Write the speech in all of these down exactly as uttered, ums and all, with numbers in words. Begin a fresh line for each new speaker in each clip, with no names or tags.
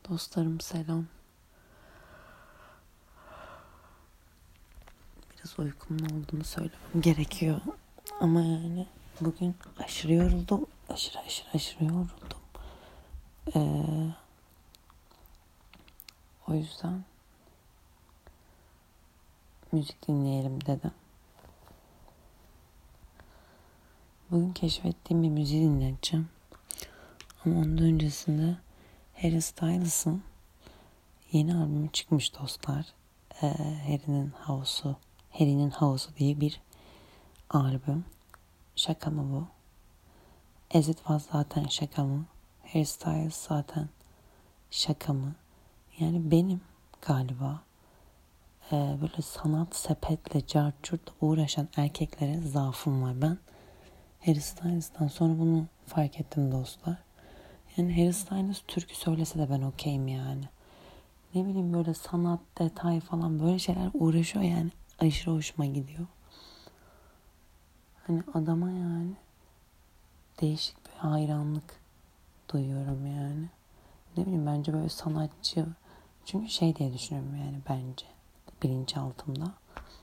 Dostlarım selam. Biraz uykumun olduğunu söylemem gerekiyor. Ama yani bugün aşırı yoruldum. Aşırı aşırı aşırı yoruldum. Ee, o yüzden müzik dinleyelim dedim. Bugün keşfettiğim bir müziği dinleyeceğim. Ama ondan öncesinde Harry Styles'ın yeni albümü çıkmış dostlar. Ee, Harry'nin House'u, Harry'nin House'u diye bir albüm. Şaka mı bu? As It Was zaten şaka mı? Harry Styles zaten şaka mı? Yani benim galiba e, böyle sanat sepetle, carçurtla uğraşan erkeklere zaafım var. Ben Harry Styles'tan sonra bunu fark ettim dostlar. Yani Harry Styles türkü söylese de ben okeyim yani. Ne bileyim böyle sanat, detay falan böyle şeyler uğraşıyor yani. Aşırı hoşuma gidiyor. Hani adama yani değişik bir hayranlık duyuyorum yani. Ne bileyim bence böyle sanatçı. Çünkü şey diye düşünüyorum yani bence bilinçaltımda.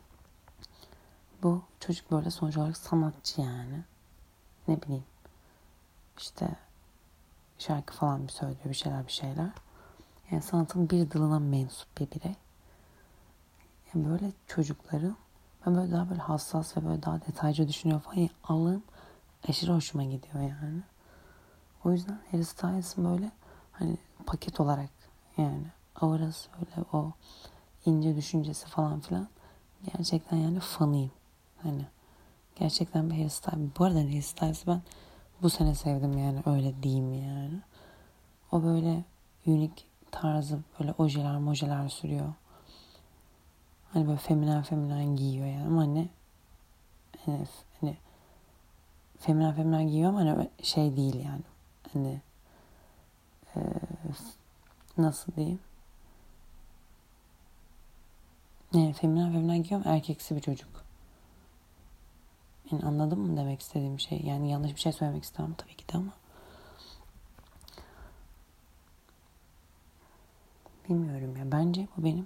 Bu çocuk böyle sonuç olarak sanatçı yani. Ne bileyim işte şarkı falan bir söylüyor bir şeyler bir şeyler. Yani sanatın bir dalına mensup bir birey. Yani böyle çocukların ben böyle daha böyle hassas ve böyle daha detaycı düşünüyor falan. Yani Allah'ım aşırı hoşuma gidiyor yani. O yüzden Harry Styles'ın böyle hani paket olarak yani aurası böyle o ince düşüncesi falan filan gerçekten yani fanıyım. Hani gerçekten bir Harry Styles. Bu arada Harry Styles'ı ben bu sene sevdim yani öyle diyeyim yani. O böyle unik tarzı böyle ojeler mojeler sürüyor. Hani böyle feminen feminen giyiyor yani ama hani hani, hani feminen feminen giyiyor ama hani şey değil yani. Hani e, nasıl diyeyim? Yani feminen feminen giyiyor ama erkeksi bir çocuk. Yani anladın mı demek istediğim şey? Yani yanlış bir şey söylemek istemem tabii ki de ama bilmiyorum ya. Bence bu benim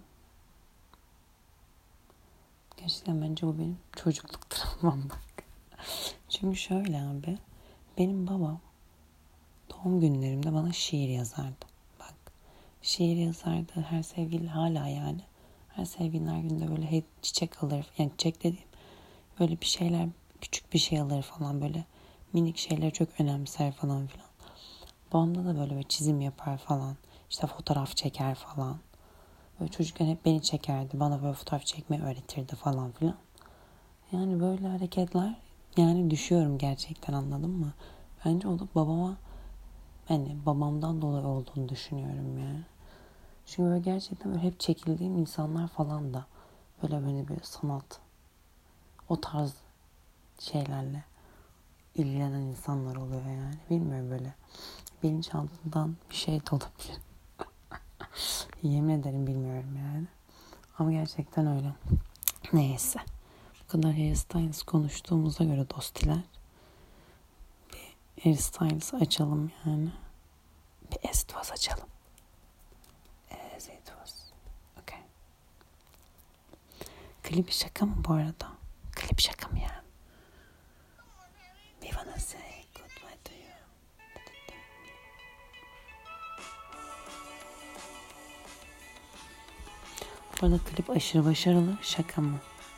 gerçekten bence bu benim çocukluk travmam bak. Çünkü şöyle abi. Benim babam doğum günlerimde bana şiir yazardı. Bak. Şiir yazardı. Her sevgili hala yani. Her sevgililer günde böyle hey, çiçek alır. Yani çiçek dediğim böyle bir şeyler küçük bir şey alır falan böyle. Minik şeyleri çok önemser falan filan. Babamda da böyle bir çizim yapar falan. İşte fotoğraf çeker falan. Böyle çocukken hep beni çekerdi. Bana böyle fotoğraf çekmeyi öğretirdi falan filan. Yani böyle hareketler yani düşüyorum gerçekten anladın mı? Bence o da babama hani babamdan dolayı olduğunu düşünüyorum yani. Çünkü böyle gerçekten böyle hep çekildiğim insanlar falan da böyle böyle böyle sanat o tarz şeylerle ilgilenen insanlar oluyor yani. Bilmiyorum böyle bilinçaltından bir şey de olabilir. Yemin ederim bilmiyorum yani. Ama gerçekten öyle. Neyse. Bu kadar Harry Styles konuştuğumuza göre dostiler. Bir Harry Styles açalım yani. Bir As It Was açalım. As It Was. Okay. Klip şaka mı bu arada? Klip şaka mı ya? We wanna say goodbye to you. Bu arada klip aşırı başarılı. Şaka mı?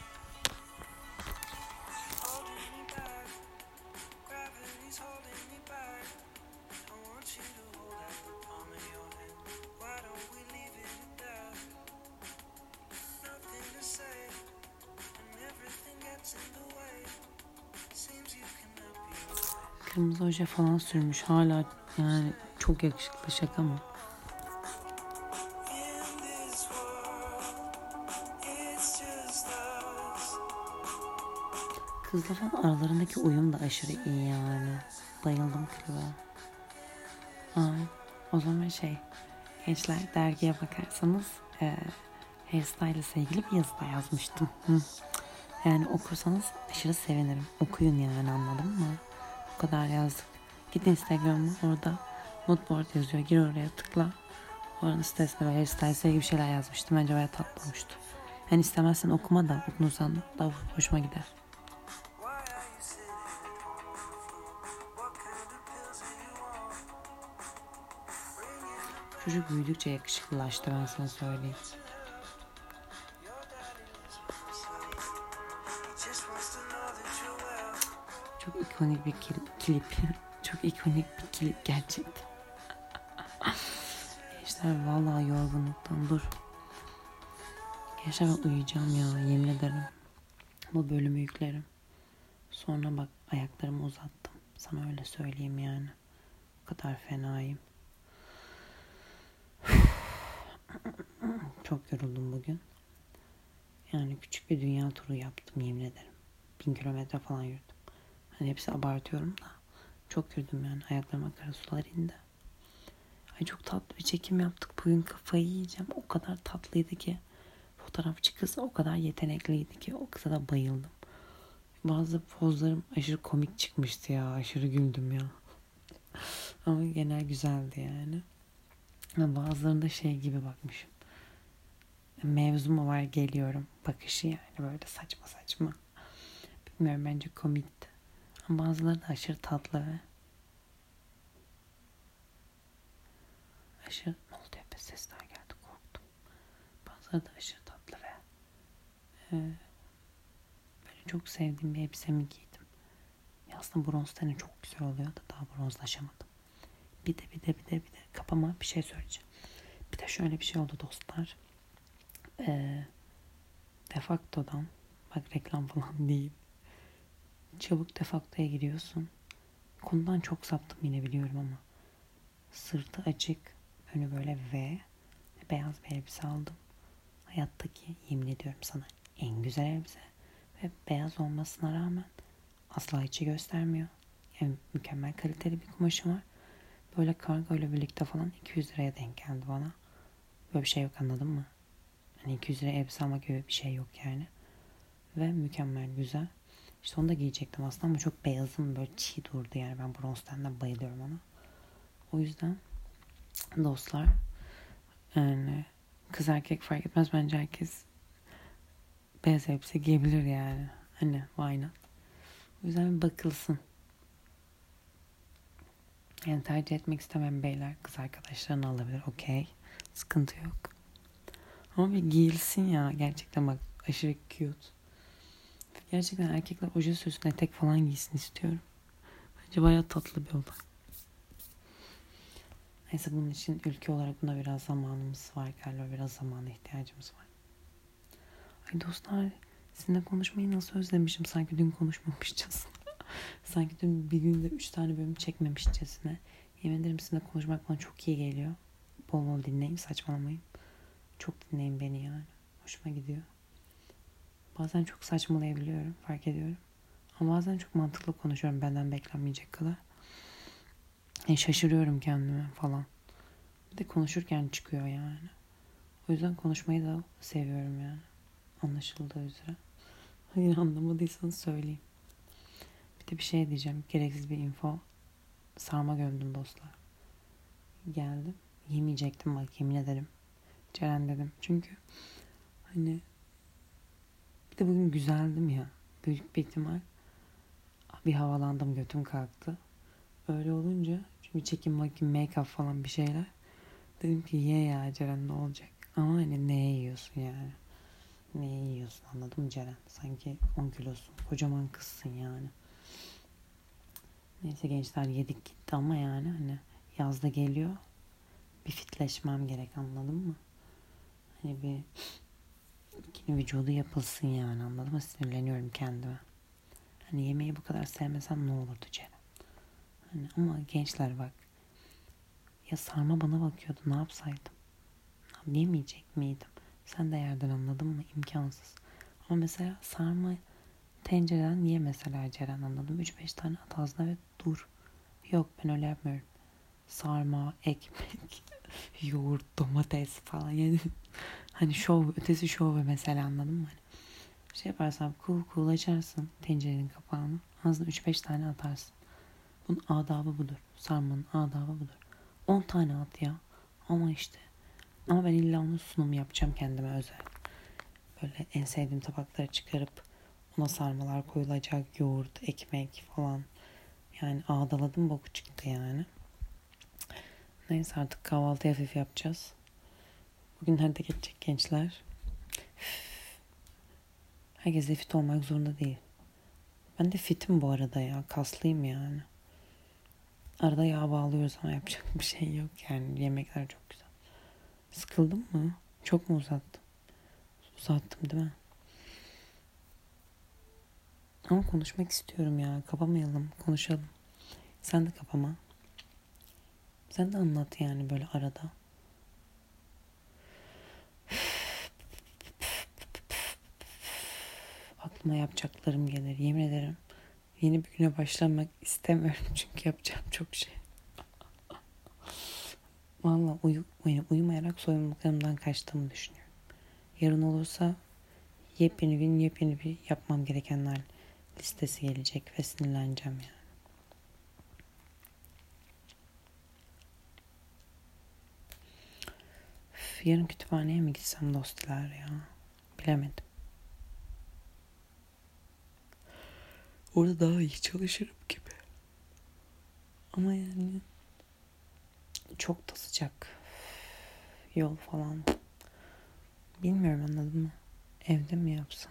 Kırmızı oje falan sürmüş. Hala yani çok yakışıklı şaka mı? Kızların aralarındaki uyum da aşırı iyi yani. Bayıldım klibe. Ay, o zaman şey gençler dergiye bakarsanız e, hairstyle ile ilgili bir yazı da yazmıştım. Hı. Yani okursanız aşırı sevinirim. Okuyun yani anladın mı? O kadar yazdık. Git Instagram'a orada moodboard yazıyor. Gir oraya tıkla. Bu arada stresle ve stresle gibi şeyler yazmıştım. Bence bayağı tatlı olmuştu. Yani istemezsen okuma da okunursan da daha hoşuma gider. Çocuk büyüdükçe yakışıklılaştı, ben sana söyleyeyim. Çok ikonik bir klip. Çok ikonik bir klip gerçekten. Gençler vallahi yorgunluktan dur. Gençler ben uyuyacağım ya, yemin ederim. Bu bölümü yüklerim. Sonra bak ayaklarımı uzattım. Sana öyle söyleyeyim yani. O kadar fenayım. Çok yoruldum bugün. Yani küçük bir dünya turu yaptım yemin ederim. Bin kilometre falan yürüdüm. Hani hepsi abartıyorum da. Çok yürüdüm yani. Ayaklarıma kara sular indi. Ay çok tatlı bir çekim yaptık. Bugün kafayı yiyeceğim. O kadar tatlıydı ki. Fotoğrafçı kız o kadar yetenekliydi ki. O kıza da bayıldım. Bazı pozlarım aşırı komik çıkmıştı ya. Aşırı güldüm ya. Ama genel güzeldi yani. Bazılarında şey gibi bakmışım. Mevzu mu var geliyorum bakışı yani, böyle saçma saçma. Bilmiyorum, bence komikti. Ama bazıları da aşırı tatlı ve aşırı, ne oldu ya, sesler geldi korktum. Bazıları da aşırı tatlı ve e, böyle çok sevdiğim bir elbisemi giydim. Ya aslında bronz teni çok güzel oluyor da daha bronzlaşamadım. Bir de bir de bir de bir de kapama bir şey söyleyeceğim. Bir de şöyle bir şey oldu dostlar. E, Defakto'dan, bak reklam falan değil. Çabuk Defakto'ya giriyorsun. Konudan çok saptım yine biliyorum ama. Sırtı açık, önü böyle V. Beyaz bir elbise aldım. Hayattaki, yemin ediyorum sana, en güzel elbise. Ve beyaz olmasına rağmen asla içi göstermiyor. Yani mükemmel kaliteli bir kumaşı var. Böyle kargo ile birlikte falan iki yüz liraya denk geldi bana. Böyle bir şey yok, anladın mı? Hani iki yüz liraya elbise almak gibi bir şey yok yani. Ve mükemmel güzel. İşte onu da giyecektim aslında ama çok beyazım, böyle çiğ durdu yani. Ben bronz tenden bayılıyorum ona. O yüzden dostlar, yani kız erkek fark etmez, bence herkes beyaz elbise giyebilir yani. Hani why not? O yüzden bir bakılsın. Yani tercih etmek istemem beyler. Kız arkadaşlarını alabilir. Okey. Sıkıntı yok. Ama bir giyilsin ya. Gerçekten bak aşırı cute. Gerçekten erkekler oje süsüne etek falan giysin istiyorum. Bence bayağı tatlı bir olay. Neyse, bunun için ülke olarak buna biraz zamanımız var galiba. Biraz zamana ihtiyacımız var. Ay dostlar, sizinle konuşmayı nasıl özlemişim. Sanki dün konuşmamışçasına. Sanki dün bir günde üç tane bölüm çekmemişçesine. Yemin ederim sizinle konuşmak bana çok iyi geliyor. Bol bol dinleyin, saçmalamayın. Çok dinleyin beni yani. Hoşuma gidiyor. Bazen çok saçmalayabiliyorum, fark ediyorum. Ama bazen çok mantıklı konuşuyorum, benden beklenmeyecek kadar. Yani şaşırıyorum kendime falan. Bir de konuşurken çıkıyor yani. O yüzden konuşmayı da seviyorum yani. Anlaşıldığı üzere. Hayır, anlamadıysanız söyleyeyim. Bir de bir şey diyeceğim. Gereksiz bir info. Sarma gömdüm dostlar. Geldim. Yemeyecektim bak, yemin ederim. Ceren dedim. Çünkü hani bir de bugün güzeldim ya. Büyük bir ihtimal bir havalandım, götüm kalktı. Öyle olunca, çünkü çekim makim, make-up falan bir şeyler. Dedim ki ye ya Ceren, ne olacak? Ama hani neye yiyorsun yani? Neye yiyorsun, anladın mı Ceren? Sanki on kilosun. Kocaman kızsın yani. Neyse gençler, yedik gitti ama yani hani yazda geliyor. Bir fitleşmem gerek, anladın mı? Hani bir bikini vücudu yapılsın yani, anladın mı? Sinirleniyorum kendime. Hani yemeği bu kadar sevmesem ne olurdu Ceren? Hani ama gençler bak. Ya sarma bana bakıyordu, ne yapsaydım? Yemeyecek miydim? Sen de yerden, anladın mı? İmkansız. Ama mesela sarma tencereden ye mesela Ceren, anladın mı? üç beş tane at ağzına ve dur. Yok, ben öyle yapmıyorum. Sarma, ekmek, yoğurt, domates falan yani. Hani şov, ötesi şov mesela, anladın mı? Hani şey yaparsan cool cool açarsın tencerenin kapağını. Ağzına üç beş tane atarsın. Bunun adabı budur. Sarmanın adabı budur. on tane at ya. Ama işte Ama ben illa onun sunumu yapacağım kendime özel. Böyle en sevdiğim tabakları çıkarıp ona sarmalar koyulacak, yoğurt, ekmek falan. Yani ağdaladım, boku çıktı yani. Neyse artık kahvaltı hafif yapacağız. Bugünlerde geçecek gençler. Herkes de fit olmak zorunda değil. Ben de fitim bu arada ya. Kaslıyım yani. Arada yağ bağlıyoruz ama yapacak bir şey yok yani. Yemekler çok güzel. Sıkıldın mı? Çok mu uzattım? Uzattım değil mi? Ama konuşmak istiyorum ya. Kapamayalım. Konuşalım. Sen de kapama. Sen de anlat yani böyle arada. Aklıma yapacaklarım gelir. Yemin ederim. Yeni bir güne başlamak istemiyorum. Çünkü yapacağım çok şey. Valla uyu, uyumayarak soyunmalarımdan kaçtığımı düşünüyorum. Yarın olursa yepyeni gün yepyeni bir yapmam gerekenler listesi gelecek ve sinirleneceğim yani. Üf, yarın kütüphaneye mi gitsem dostlar ya? Bilemedim. Orada daha iyi çalışırım gibi. Ama yani çok da sıcak. Yol falan. Bilmiyorum, anladın mı? Evde mi yapsam?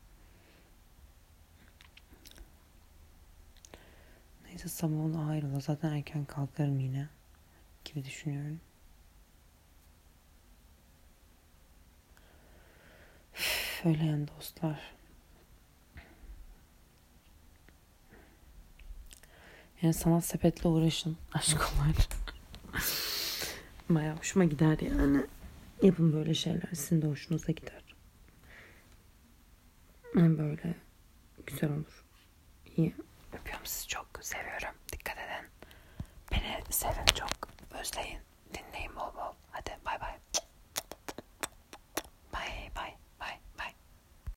Neyse sabah onu ayrıla. Zaten erken kalkarım yine. Gibi düşünüyorum. Üf, öyle yani dostlar. Yani sanat sepetle uğraşın. Aşk olur. Bayağı hoşuma gider yani. Yapın böyle şeyler. Sizin de hoşunuza gider. Yani böyle güzel olur. İyi. Öpüyorum sizi çok. Seviyorum. Dikkat edin. Beni sevin çok. Özleyin.